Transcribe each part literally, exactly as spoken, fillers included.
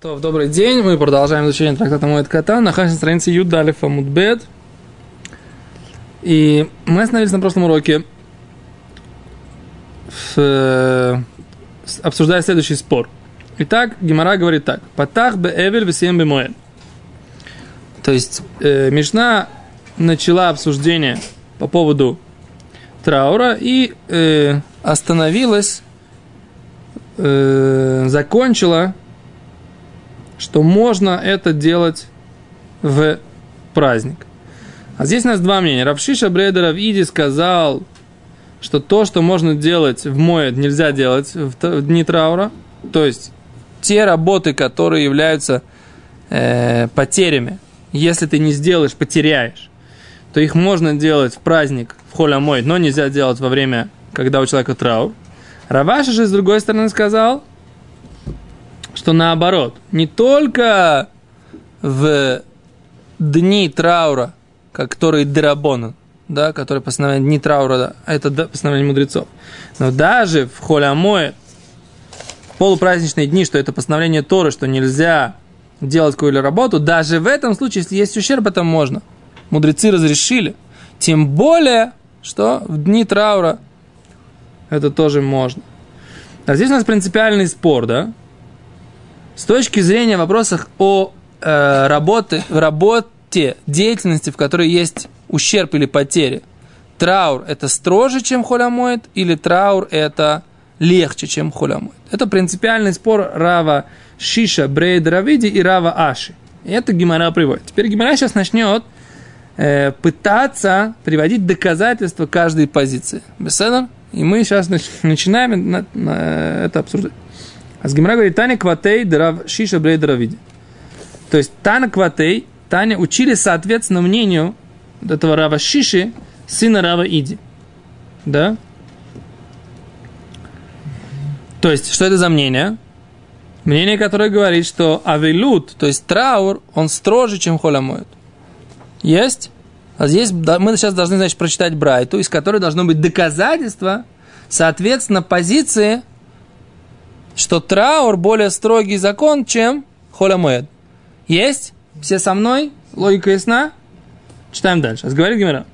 То, добрый день, мы продолжаем изучение трактата Моэд Катан, находимся на странице Юд Алеф Амуд Бет. И мы остановились на прошлом уроке, в, обсуждая следующий спор. Итак, Гемара говорит так: «Патах бе эвель весем бе моэль». То есть, э, Мишна начала обсуждение по поводу траура и э, остановилась, э, закончила, что можно это делать в праздник. А здесь у нас два мнения. Рав Шиша бен Рав Иди сказал, что то, что можно делать в моэд, нельзя делать в дни траура. То есть те работы, которые являются э, потерями, если ты не сделаешь, потеряешь, то их можно делать в праздник, в холь а-моэд, но нельзя делать во время, когда у человека траур. Рав Аши же, с другой стороны, сказал, что наоборот, не только в дни траура, которые дерабонан, да, которые постановление дни траура, да, это постановление мудрецов, но даже в холь а-моэд, в полупраздничные дни, что это постановление Торы, что нельзя делать какую-либо работу, даже в этом случае, если есть ущерб, это можно. Мудрецы разрешили. Тем более, что в дни траура это тоже можно. А здесь у нас принципиальный спор, да? С точки зрения вопросов о э, работе, работе, деятельности, в которой есть ущерб или потери, траур – это строже, чем холь а-моэд, или траур – это легче, чем холь а-моэд? Это принципиальный спор Рава Шиша бен Рав Иди и Рава Аши. И это Гемара приводит. Теперь Гемара сейчас начнет э, пытаться приводить доказательства каждой позиции. Беседа? И мы сейчас начинаем на, на это обсуждать. А с Гемара говорит: Таня Кватей Рав Шиша бен Рав Иди. То есть Таня Кватей, Таня учили соответственно мнению этого Рава Шиши, сына Рава Иди. Да? То есть, что это за мнение? Мнение, которое говорит, что авилут, то есть траур, он строже, чем холь а-моэд. Есть? А здесь мы сейчас должны, значит, прочитать брайту, из которой должно быть доказательство, соответственно, позиции, что траур более строгий закон, чем холь а-моэд. Есть? Все со мной? Логика ясна? Читаем дальше. Говорит Гемара.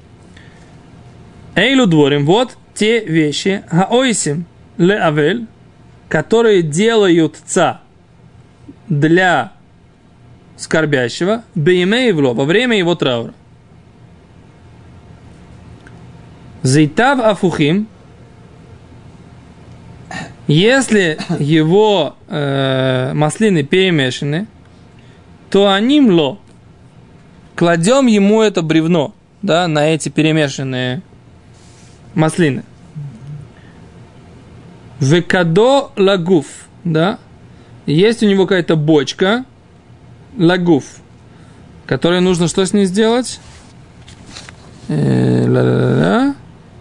Эйлу дворим, вот те вещи, гаойсим ле авель, которые делаются для скорбящего, беймеевло, во время его траура. Зейтав афухим, если его э, маслины перемешаны, то анимло, кладем ему это бревно, да, на эти перемешанные маслины. Векадо лагуф, да, есть у него какая-то бочка, лагуф, которой нужно что с ней сделать? Э, ла-ла-ла-ла.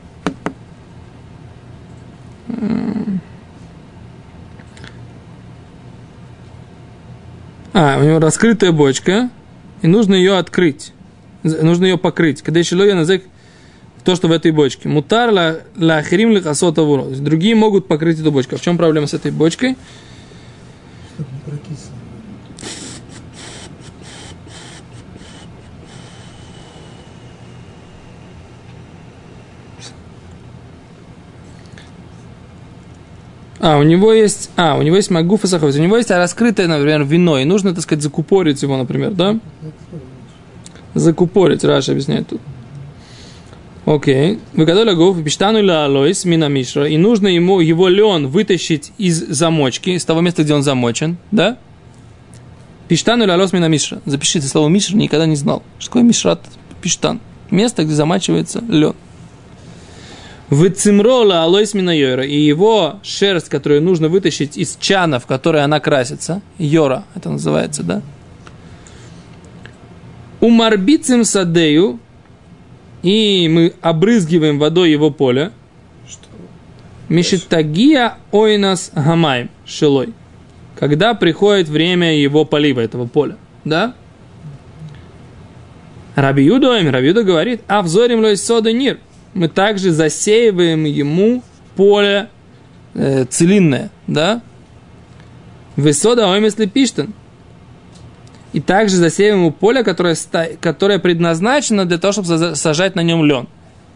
А, у него раскрытая бочка, и нужно ее открыть, нужно ее покрыть. Когда еще лоя назек то, что в этой бочке. Мутар ла ахирим лихасот авуро. Другие могут покрыть эту бочку. А в чем проблема с этой бочкой? Чтобы не прокисло. А, у него есть, а, у него есть магуф и саховец. У него есть раскрытое, например, вино, и нужно, так сказать, закупорить его, например, да? Закупорить, Раша объясняет тут. Окей. Выкадоля гуф, пиштану ла алойс мина мишра, и нужно ему его лен вытащить из замочки, из того места, где он замочен, да? Пиштану ла алойс мина мишра. Запишите слово мишра, никогда не знал. Что такое мишрат? Пиштан. Место, где замачивается лен. Выцимрола алойс мина йора, и его шерсть, которую нужно вытащить из чана, в которой она красится, йора, это называется, да? Умарбицим садею, и мы обрызгиваем водой его поле. Мишитагия ойнас гамаем шилой. Когда приходит время его полива, этого поля. Да? Раби Юда, Раби Юда говорит: а взорим лой сода нир. Мы также засеиваем ему поле э, целинное. Да? Высода оймесли пиштан. И также засеиваем поле, которое, которое предназначено для того, чтобы сажать на нем лен.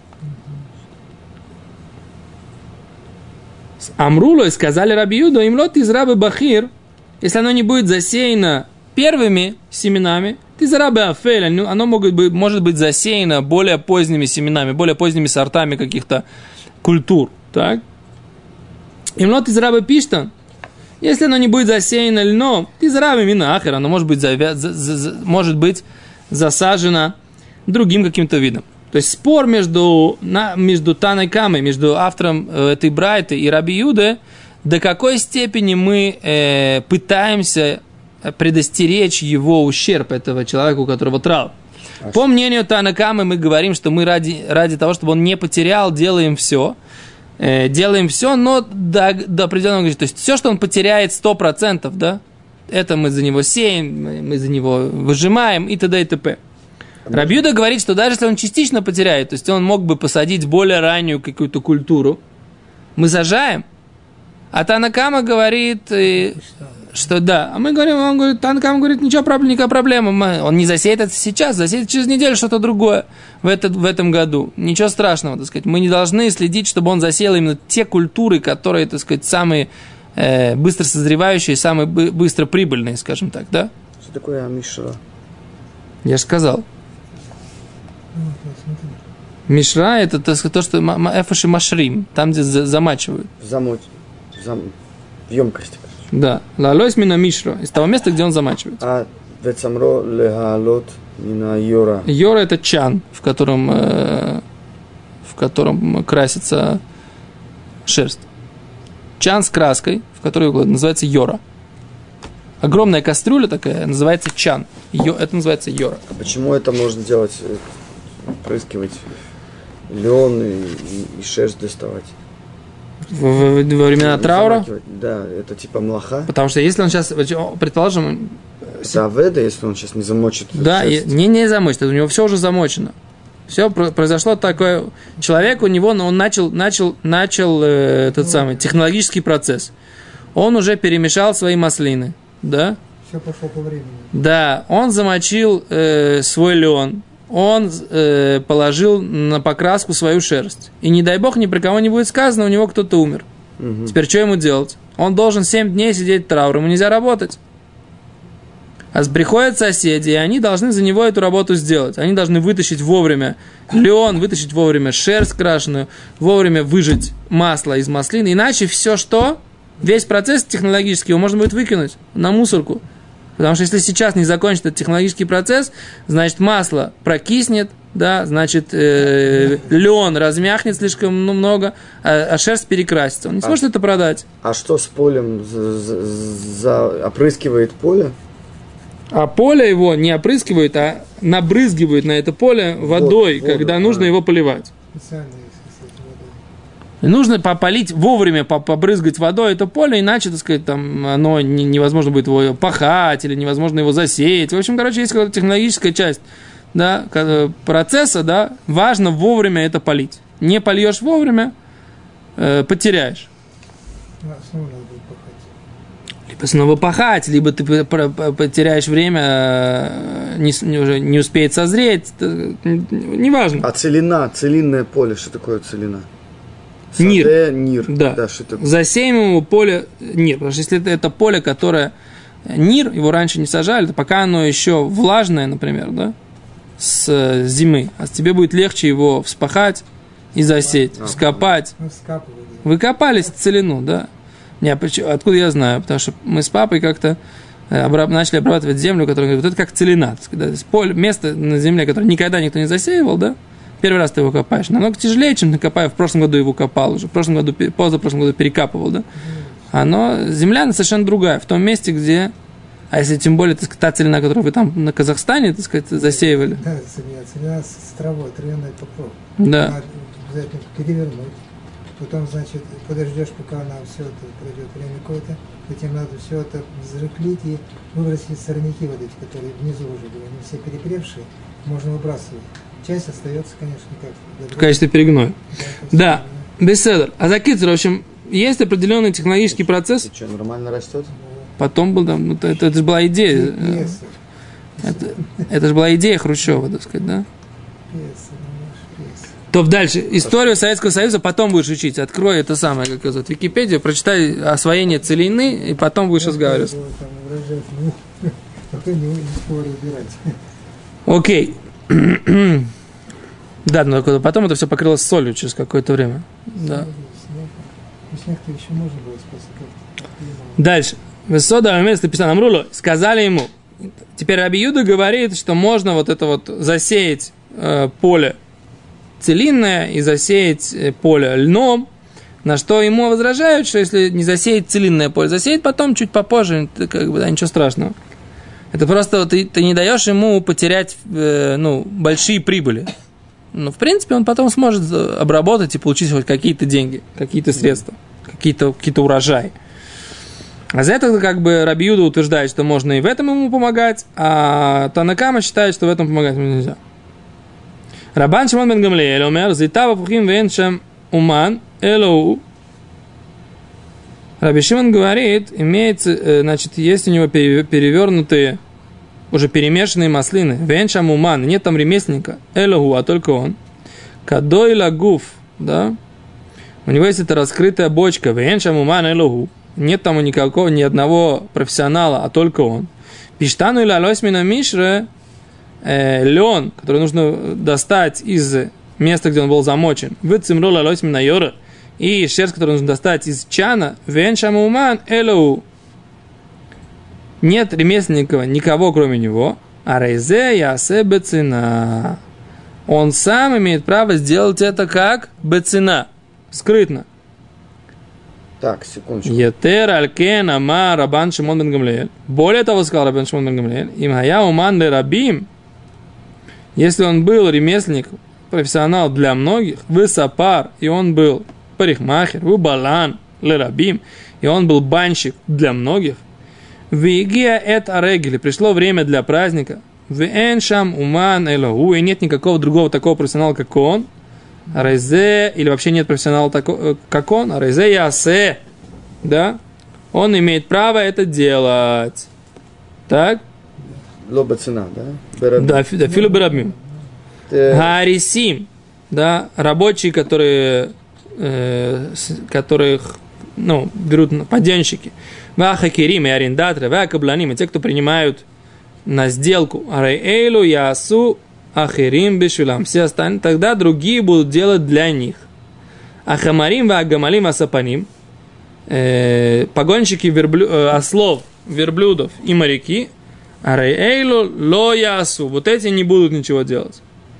Амрулой сказали Раби Юда, им лот из рабы бахир, если оно не будет засеяно первыми семенами, ты за рабы афель, оно может быть, может быть засеяно более поздними семенами, более поздними сортами каких-то культур. Так? Им лот из рабы пиштан, если оно не будет засеяно льном, ты за рабы минахер, оно может быть, завя... за, за, за, может быть засажено другим каким-то видом. То есть спор между, на, между Таной Камой, между автором э, этой брайты и Раби Юде, до какой степени мы э, пытаемся предостеречь его ущерб, этого человека, у которого траур. А По что? мнению Таны Камы мы говорим, что мы ради, ради того, чтобы он не потерял, делаем все. Э, делаем все, но до, до определенного количества. То есть все, что он потеряет сто процентов, да, это мы за него сеем, мы за него выжимаем и т.д. и т.п. Раби Юда говорит, что даже если он частично потеряет, то есть он мог бы посадить более раннюю какую-то культуру, мы сажаем. А Тана Кама говорит, что да. А мы говорим, он говорит, Тана Кама говорит, ничего, никакой проблемы. Он не засеет это сейчас, засеет через неделю что-то другое в, этот, в этом году. Ничего страшного, так сказать. Мы не должны следить, чтобы он засеял именно те культуры, которые, так сказать, самые э, быстро созревающие, самые бы, быстро прибыльные, скажем так, да? Что такое Мишра? Я же сказал. Мишра это то, что эфаши машрим, там, где замачивают. Замочь. Зам... В емкости. Да. Лалойс мина мишра. Из того места, где он замачивает. А вецамро легалот мина йора. Йора это чан, в котором, э, в котором красится шерсть. Чан с краской, в которой называется йора. Огромная кастрюля такая, называется чан. Йо, это называется йора. А почему это можно делать? Прыскивать лен и, и шерсть доставать. Во, во, во времена траура? Да, это типа млаха. Потому что если он сейчас, предположим... Это аведа, если он сейчас не замочит да, шерсть. не, не замочит, у него все уже замочено. Все произошло такое... Человек у него, он начал, начал, начал э, этот самый технологический процесс. Он уже перемешал свои маслины, да? Все пошло по времени. Да, он замочил э, свой лен. Он э, положил на покраску свою шерсть. И не дай бог, ни про кого не будет сказано, у него кто-то умер. Угу. Теперь что ему делать? Он должен семь дней сидеть в трауре, ему нельзя работать. А приходят соседи, и они должны за него эту работу сделать. Они должны вытащить вовремя лен, вытащить вовремя шерсть крашеную, вовремя выжать масло из маслины. Иначе все что? Весь процесс технологический его можно будет выкинуть на мусорку. Потому что если сейчас не закончится этот технологический процесс, значит масло прокиснет, да, значит э, лен размякнет слишком много, а, а шерсть перекрасится. Он не сможет а, это продать. А что с полем? За, за, за, опрыскивает поле? А поле его не опрыскивают, а набрызгивают на это поле водой, воду, когда воду, нужно а. его поливать. И нужно попалить, вовремя побрызгать водой это поле, иначе, так сказать, там, оно не, невозможно будет его пахать или невозможно его засеять. В общем, короче, есть какая-то технологическая часть, да, процесса, да, важно вовремя это полить. Не польешь вовремя, э, потеряешь. Либо снова пахать, либо ты потеряешь время, не, не, уже не успеет созреть, неважно. А целина, целинное поле, что такое целина? Нир. Саде, нир. Да. Да, засеем ему поле нир. Потому что если это, это поле, которое нир, его раньше не сажали, то пока оно еще влажное, например, да, с зимы, а тебе будет легче его вспахать и засеять, а, вскопать. Вы копали целину, да? Не, откуда я знаю? Потому что мы с папой как-то обраб- начали обрабатывать землю, которая говорит, вот это как целина. Поле, место на земле, которое никогда никто не засеивал, да? Первый раз ты его копаешь. Намного тяжелее, чем ты копаешь. В прошлом году его копал уже. В прошлом году, позапрошлом году перекапывал, да? Оно, земля совершенно другая. В том месте, где... А если тем более, так сказать, та целина, которую вы там на Казахстане, так сказать, засеивали. Да, целина, целина с травой, травяной покров. Да. Надо обязательно перевернуть. Потом, значит, подождешь, пока она все это пройдет время какое-то. Затем надо все это взрыхлить и выбросить сорняки вот эти, которые внизу уже были. Они все перепревшие. Можно выбрасывать. Часть остается, конечно, как в качестве перегноя. Да, беседер. А за кицер, в общем, есть определенный технологический процесс. И что, нормально растет? Потом был там, это, это, это же была идея. Пьеса. Это, это же была идея Хрущева, так сказать, да? Пьеса, пьеса. То дальше. Историю Советского Союза потом будешь учить. Открой это самое, как сказать, Википедию, прочитай освоение целины, и потом будешь разговаривать. Там выражать, ну, потом не скоро разбирать. Окей. Да, но потом это все покрылось солью через какое-то время. Да. Снег-то еще можно было спасать как-то. Дальше. Высода место написано Амрулу. Сказали ему. Теперь Раби Юда говорит, что можно вот это вот засеять э, поле целинное и засеять э, поле льном. На что ему возражают, что если не засеять целинное поле, засеять потом чуть попозже, это как бы да, ничего страшного. Это просто ты, ты не даешь ему потерять э, ну, большие прибыли. Ну, в принципе, он потом сможет обработать и получить хоть какие-то деньги, какие-то средства, какие-то, какие-то урожаи. А за это как бы Раби Юда утверждает, что можно и в этом ему помогать, а Танакама считает, что в этом помогать ему нельзя. Рабан Шимон бен Гамлиэль умер, зитава пухим веншем уман элоу. Раби Шимон говорит, имеется, значит, есть у него перевернутые, уже перемешанные маслины. Веншам уман, нет там ремесленника, элоу, а только он. Кадой лагуф, да? У него есть эта раскрытая бочка, веншам уман элоу. Нет там никакого, ни одного профессионала, а только он. Пиштану или алосмина мишре, э, лен, который нужно достать из места, где он был замочен. Выцимрол алосмина йора. И шерсть, которую нужно достать из чана. Веншам уман элоу. Нет ремесленника, никого кроме него. А рейзе ясе бецина. Он сам имеет право сделать это как бецина. Скрытно. Так, секундочку. Етер алькен ама Рабан Шимон бен Гамлиэль. Более того, сказал Рабан Шимон бен Гамлиэль, им хая уман ле рабим, если он был ремесленник, профессионал для многих, высапар, и он был парикмахер, выбалан ле рабим, и он был банщик для многих, вигия эт арегели, пришло время для праздника, веншам уман элоу, и нет никакого другого такого профессионала, как он, Рейзе, или вообще нет профессионала такого, как он, а Рейзе ясе, да, он имеет право это делать. Так? Лоба цена, да? Берабим. Да, да, филу берабим. Гарисим, да, рабочие, которые, э, которых, ну, берут подъемщики. Вахакирим и арендаторы, вакабланим, и те, кто принимают на сделку. Арейэлу ясу ахирим бешвилам. Все остальные, тогда другие будут делать для них. Ахамарим ва агамалим асапаним. Э, погонщики верблю, э, ослов, верблюдов и моряки. Арейэйлу ло ясу. Вот эти не будут ничего делать.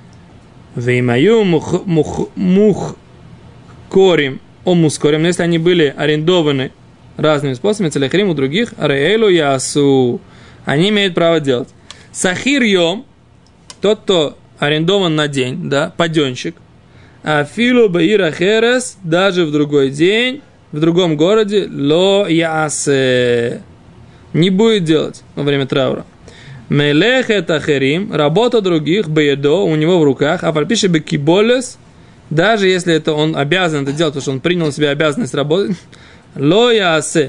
Веймаю мух, мух, мух корим о мускорим. Но если они были арендованы разными способами, целехрим у других, арейэйлу ясу. Они имеют право делать. Сахир йом. Тот, кто арендован на день, да, паденщик, а филу баира херес, даже в другой день, в другом городе, ло ясе, не будет делать во время траура. Мелех это херим, работа других, баедо, у него в руках, а пальпиши бекиболес, даже если это он обязан это делать, потому что он принял на себя обязанность работать, ло ясе,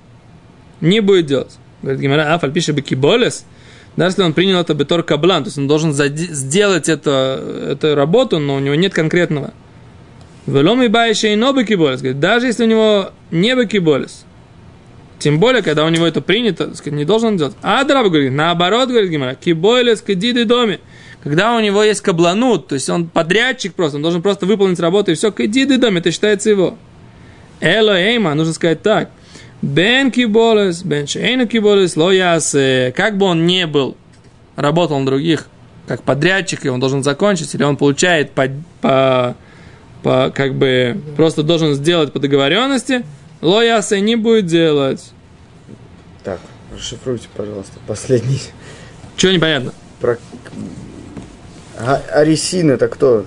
не будет делать. Говорит Гемара, а пальпиши бекиболес, даже если он принял это бетор каблан, то есть он должен зади- сделать это, эту работу, но у него нет конкретного. Велом и байше и но бекиболес. Даже если у него не бекиболес, тем более, когда у него это принято, сказать, не должен он делать. А Адраба говорит, наоборот, говорит Гемара, киболес кадиды доме. Когда у него есть кабланут, то есть он подрядчик просто, он должен просто выполнить работу, и все, кадиды доме, это считается его. Эло эйма, нужно сказать так. Бен киболес, бен шейну киболес, ло ясе. Как бы он не был, работал на других, как подрядчик, и он должен закончить, или он получает по, по, по как бы, просто должен сделать по договоренности, ло ясе не будет делать. Так, расшифруйте, пожалуйста, последний. Чего непонятно? Про... А, Арисин это кто?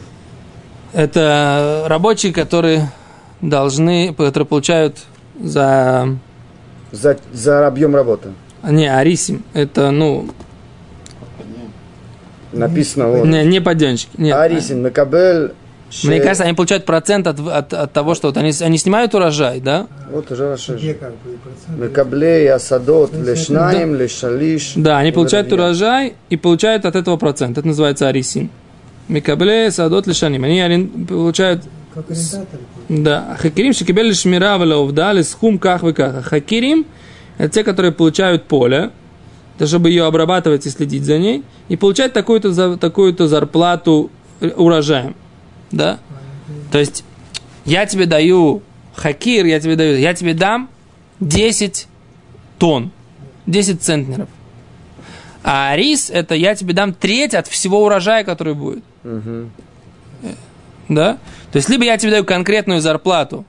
Это рабочие, которые должны, которые получают за... За, за объем работы. Не, арисим. Это, ну... Написано вот. Не, не подъемщик. Нет. Арисин, Мекабель, Мне кажется, они получают процент от, от, от того, что вот они, они снимают урожай, да? Вот уже Раши. Где как бы процент? Мекаблей, асадот, лешнаем, лешалиш. Да, они получают урожай и получают от этого процент. Это называется арисин. Мекаблей, асадот, лешаним. Они арен- получают... Как арендатор. Да. Хакирим, шекибели шмира валаувдали, схум ках выках. Хакирим – это те, которые получают поле, это чтобы ее обрабатывать и следить за ней, и получать такую-то, такую-то зарплату урожаем. Да? То есть, я тебе даю хакир, я тебе даю, я тебе дам десять тонн, десять центнеров. А рис, это я тебе дам треть от всего урожая, который будет. Угу. Да? То есть, либо я тебе даю конкретную зарплату,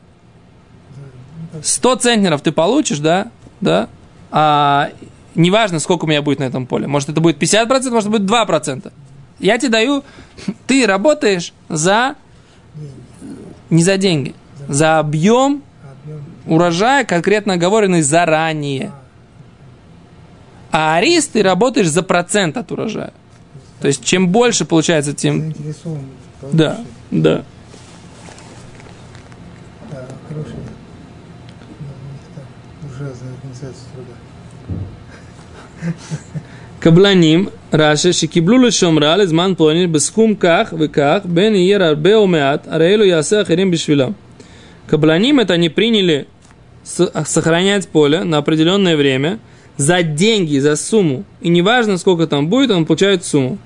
сто центнеров ты получишь, да? Да? А неважно, сколько у меня будет на этом поле. Может, это будет пятьдесят процентов, может, это будет два процента. Я тебе даю, ты работаешь за, не за деньги, за объем урожая, конкретно оговоренный заранее. А арис ты работаешь за процент от урожая. То есть, чем больше получается, тем... Да, да. Да, хороший. Ужасная организация труда. Кабланим, Раши, шикиблю лешомра, лизман плонит, бескум ках, веках, бен иер арбе умеат, арейлу ясе ахирим бишвилам. Кабланим это они приняли сохранять поле на определенное время за деньги, за сумму. И неважно, сколько там будет, он получает сумму.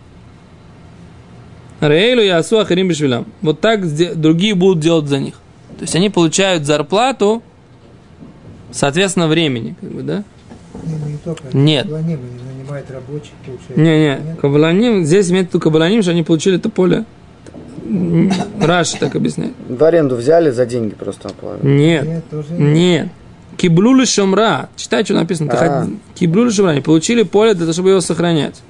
Арейлу ясу ахирим бишвилам. Вот так другие будут делать за них. То есть они получают зарплату, соответственно, времени. Как бы, да? Не, не только. Нет. Кабланим, они нанимают рабочих, получают. Не, не, кабланим, здесь имеет в виду кабланим, что они получили это поле. Раши так объясняет. В аренду взяли за деньги просто оплатили. Нет, Нет, тоже нет. Киблюли шамра. Читай, что написано. А. Киблюли шамра. Они получили поле для того, чтобы его сохранять.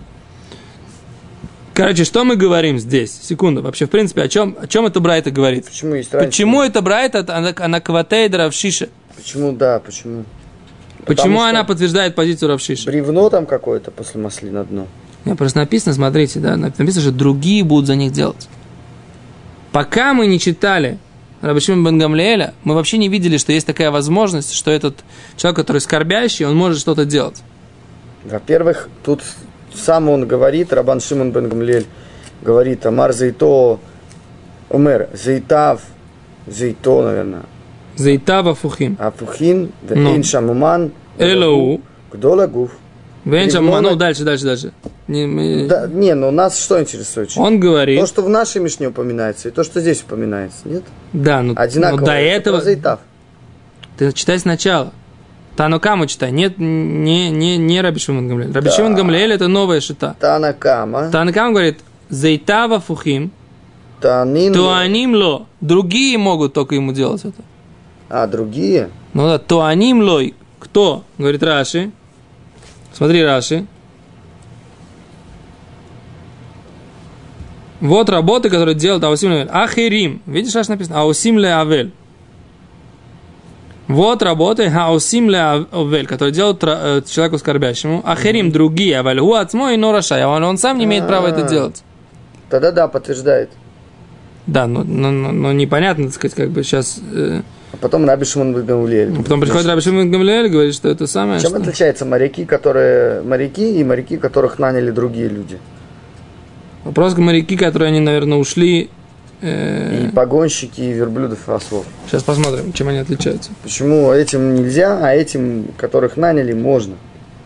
Короче, что мы говорим здесь? Секунду. Вообще, в принципе, о чем, о чем это Брайта говорит? Почему есть разница? Почему это Брайта, она, она кватейд Равшиша? Почему да, почему? Почему Потому она что подтверждает позицию Равшиша? бревно там какое-то после масли на дно. Не, просто написано, смотрите, да, написано, что другие будут за них делать. Пока мы не читали Раби Шимон бен Гамлиэля, мы вообще не видели, что есть такая возможность, что этот человек, который скорбящий, он может что-то делать. Во-первых, тут сам он говорит, Рабан Шимон бен Гамлиэль говорит, Амар зейто, умер, зейтав, зейто, наверное. Зейтава фухим. Афухин, Ну. вейн шамуман, Элоу. гдола гуф. Венчам, Бревно ну, на- дальше, дальше, дальше. Не, мы- Да, не, ну нас что интересует? Он говорит, То, что в нашей Мишне упоминается, и то, что здесь упоминается, нет? да, ну, Одинаково. ну, до Это этого, про зейтав. ты читай сначала. Танукаму читай, нет, не, не, не Раби Шимон Гамлиэль. Раби Да. Шимон Гамлиэль это новая шита. Танакама, Танукам говорит, зейтава фухим, танин, туаним ло. Другие могут только ему делать это. а другие? Ну да, туаним лой. Кто? Говорит Раши. Смотри, Раши. Вот работы, которые делают Аусим ле Авель. Ахирим. Видишь, Раши написано? Аусим ле Авель. Вот работы Аусим ле Авель, которые делают э, человеку скорбящему. Ахирим, другие. Авель. Гу ацмо и норашай. Он, он сам не имеет права это делать. Тогда да, подтверждает. Да, но, но, но, но непонятно, так сказать, как бы сейчас... Э, А потом Раби Шимон бен Гамлиэль. потом приходит Раби Шимон Гамлиэль и говорит, что это самое... Чем что... отличаются моряки, которые моряки, и моряки, которых наняли другие люди? Вопрос к моряки, которые они, наверное, ушли... э, И погонщики, и верблюдов, и ослов. Сейчас посмотрим, чем они отличаются. Почему этим нельзя, а этим, которых наняли, можно?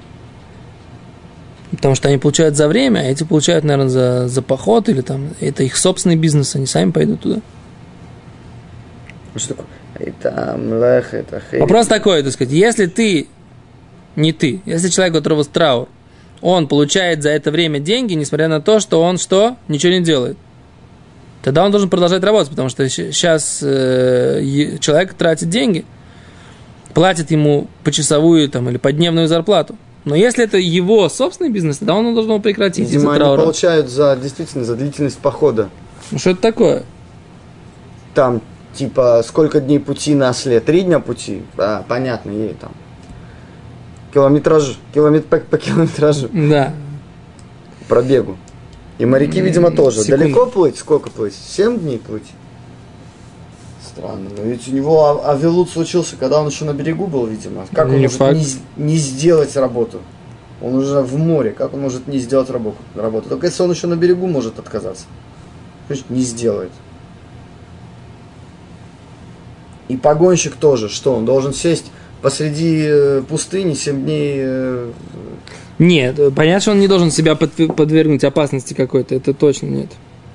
Потому что они получают за время, а эти получают, наверное, за, за поход, или там, это их собственный бизнес, они сами пойдут туда. Что такое? Это млех, это хей. Вопрос такой, так сказать, если ты, не ты, если человек, у которого траур, он получает за это время деньги, несмотря на то, что он что? Ничего не делает. Тогда он должен продолжать работать, потому что сейчас э, человек тратит деньги, платит ему почасовую там, или подневную зарплату. Но если это его собственный бизнес, тогда он должен его прекратить. Видимо, из-за они траура. получают за, действительно, за длительность похода. Ну что это такое? Там, типа, сколько дней пути на осле? Три дня пути? А, понятно, ей там. Километраж, километр по, по километражу, Да. пробегу. И моряки, видимо, тоже. Секунду. Далеко плыть? Сколько плыть? Семь дней плыть? Странно. Но ведь у него авилут случился, когда он еще на берегу был, видимо. Как он Не может факт. не, не сделать работу? Он уже в море. Как он может не сделать работу? работу? Только если он еще на берегу может отказаться. Значит, не сделает. И погонщик тоже. Что, он должен сесть посреди э, пустыни семь дней... Э, Нет, понятно, что он не должен себя подв- подвергнуть опасности какой-то, это точно нет.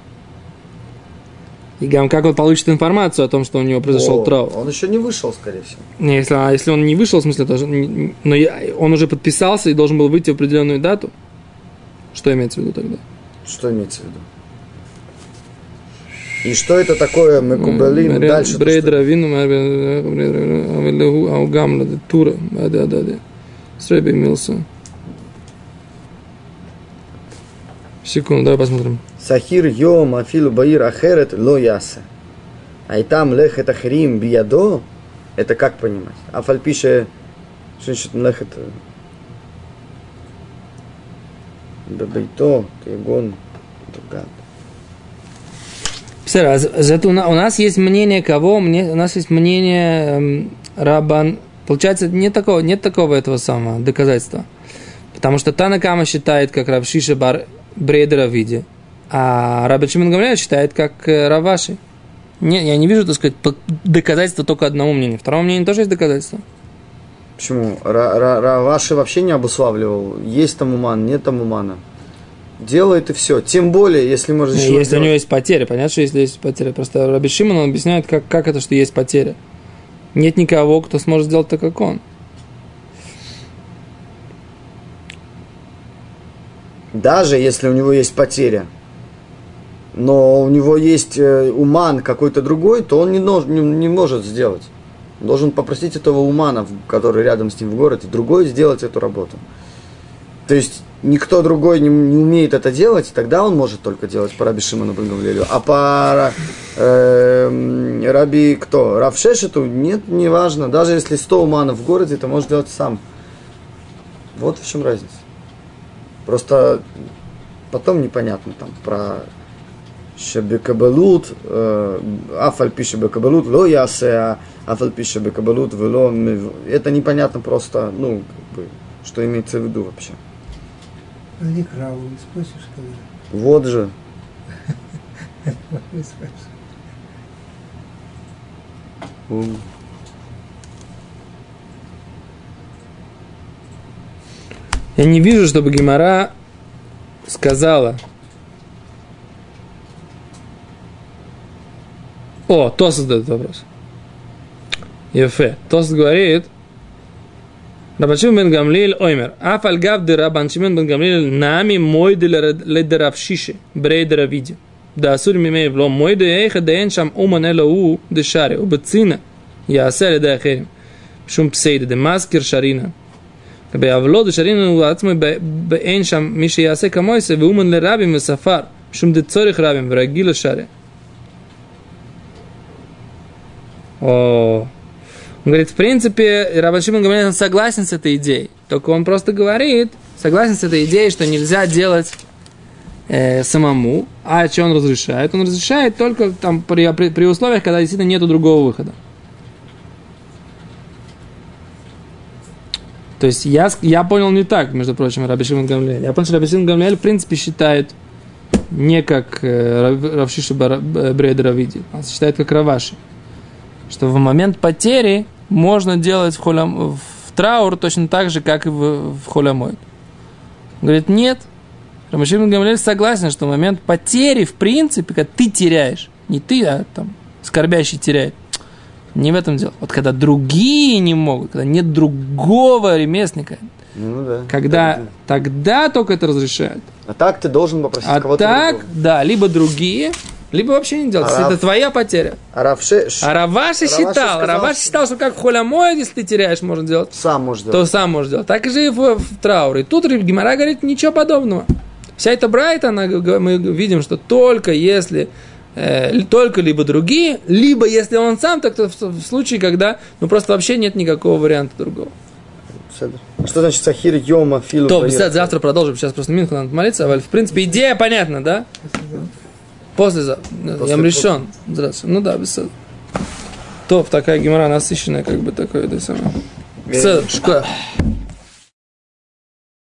И гам, как он получит информацию о том, что у него произошел о, траур? Он еще не вышел, скорее всего. Не, если, а если он не вышел, в смысле, тоже, не- но я- он уже подписался и должен был выйти в определенную дату. Что имеется в виду тогда? Что имеется в виду? И что это такое Мекубалин? Дальше. Брейдера вину, аугамла, тура, да, да, да. Срэби Милса. Секунду, давай посмотрим. Сахир йом афилу баир ахерет ло яса. Айтам лехет ахрим биядо. Это как понимать? Афальпише, что значит лехет? Бебейто, кегон, друган. Зато у нас есть мнение кого? Мне, у нас есть мнение эм, Рабан. Получается, нет такого, нет такого этого самого доказательства. Потому что Тана Кама считает, как Рав Шиша бар Брейдера виде, а Рабби Шимон Гамлиэль считает, как э, Рав Аши. Не, я не вижу, так сказать, доказательства только одному мнению. Второму мнению тоже есть доказательства. Почему? Рав Аши вообще не обуславливал. Есть там уман, нет там умана. Делает и все. Тем более, если можно... Если делать. У него есть потеря, понятно, что если есть потеря. Просто Рабби Шимон, он объясняет, как, как это, что есть потеря. Нет никого, кто сможет сделать так, как он. Даже если у него есть потеря, но у него есть уман какой-то другой, то он не, нож, не, не может сделать. Он должен попросить этого умана, который рядом с ним в городе, другой сделать эту работу. То есть никто другой не, не умеет это делать, тогда он может только делать по Раби Шимону бен Гамлиэлю. А по э, Раби кто? Рав Шешету нет, не важно. Даже если сто уманов в городе, ты можешь делать сам. Вот в чем разница. Просто потом непонятно там про шебекабалут, афаль пише бекабалут, ло ясе, афаль пише бекабалут, вело. Это непонятно просто, ну, как бы, что имеется в виду вообще. Иди к Раву и спросишь, когда. Вот же. Я не вижу, чтобы Гемара сказала. О, Тос задает вопрос. Ефе. Тос говорит, Рабан Шимон бен Гамлиэль оймер. Аф аль гав де Рабан Шимон бен Гамлиэль нами мойде леде Рав Шиши брейдера виде. Да асур мимей вло мойде эйха дээн шам уман элоу де шари. Убецина яасе леде ахерим. Шум псейде де маскер шарина. בעוולו דשרינו הוא עצמו באין שם מי שיעשה כמויסה ואומן לרבים וספר משום דצורך רבים ורגיל לשרי. О, он говорит, в принципе, Рабби Шимон Гамлиэль согласен с этой идеей, только он просто говорит, согласен с этой идеей, что нельзя делать э, самому, а что он разрешает? Он разрешает только там, при, при, при условиях, когда действительно нету другого выхода. То есть я, я понял не так, между прочим, Рабби Шимон Гамлиэль. Я понял, что Рабби Шимон Гамлиэль в принципе считает не как э, Рав Шиша Брейдера виде, он считает как Рав Аши. Что в момент потери можно делать в, холям, в траур точно так же, как и в, в холямойд. Он говорит, нет. Рабби Шимон Гамлиэль согласен, что в момент потери, в принципе, когда ты теряешь, не ты, а там скорбящий теряет, не в этом дело. Вот когда другие не могут, когда нет другого ремесленника, ну, да, когда да, да. тогда только это разрешают. А так ты должен попросить а кого-то так, другого. Да, либо другие, либо вообще не делать. А это Рав... твоя потеря. А Рав Шеш... А Рав Аши считал, Рав Аши считал, что как холямойд, если ты теряешь, можно делать. Сам можешь делать. То сам можешь делать. Так же и в, в трауре. И тут Гемара говорит, ничего подобного. Вся эта брайта, она, мы видим, что только если... только либо другие, либо если он сам, так то в случае, когда ну просто вообще нет никакого варианта другого. Беседер. Что значит Сахир Йома Филу? То, беседер, завтра продолжим. Сейчас просто Минху надо молиться. А в принципе, идея понятна, да? Послезавтра. Я решен. Здравствуйте. Ну да, беседер. Топ, такая гемора насыщенная, как бы такое, это самое. Беседер, школа.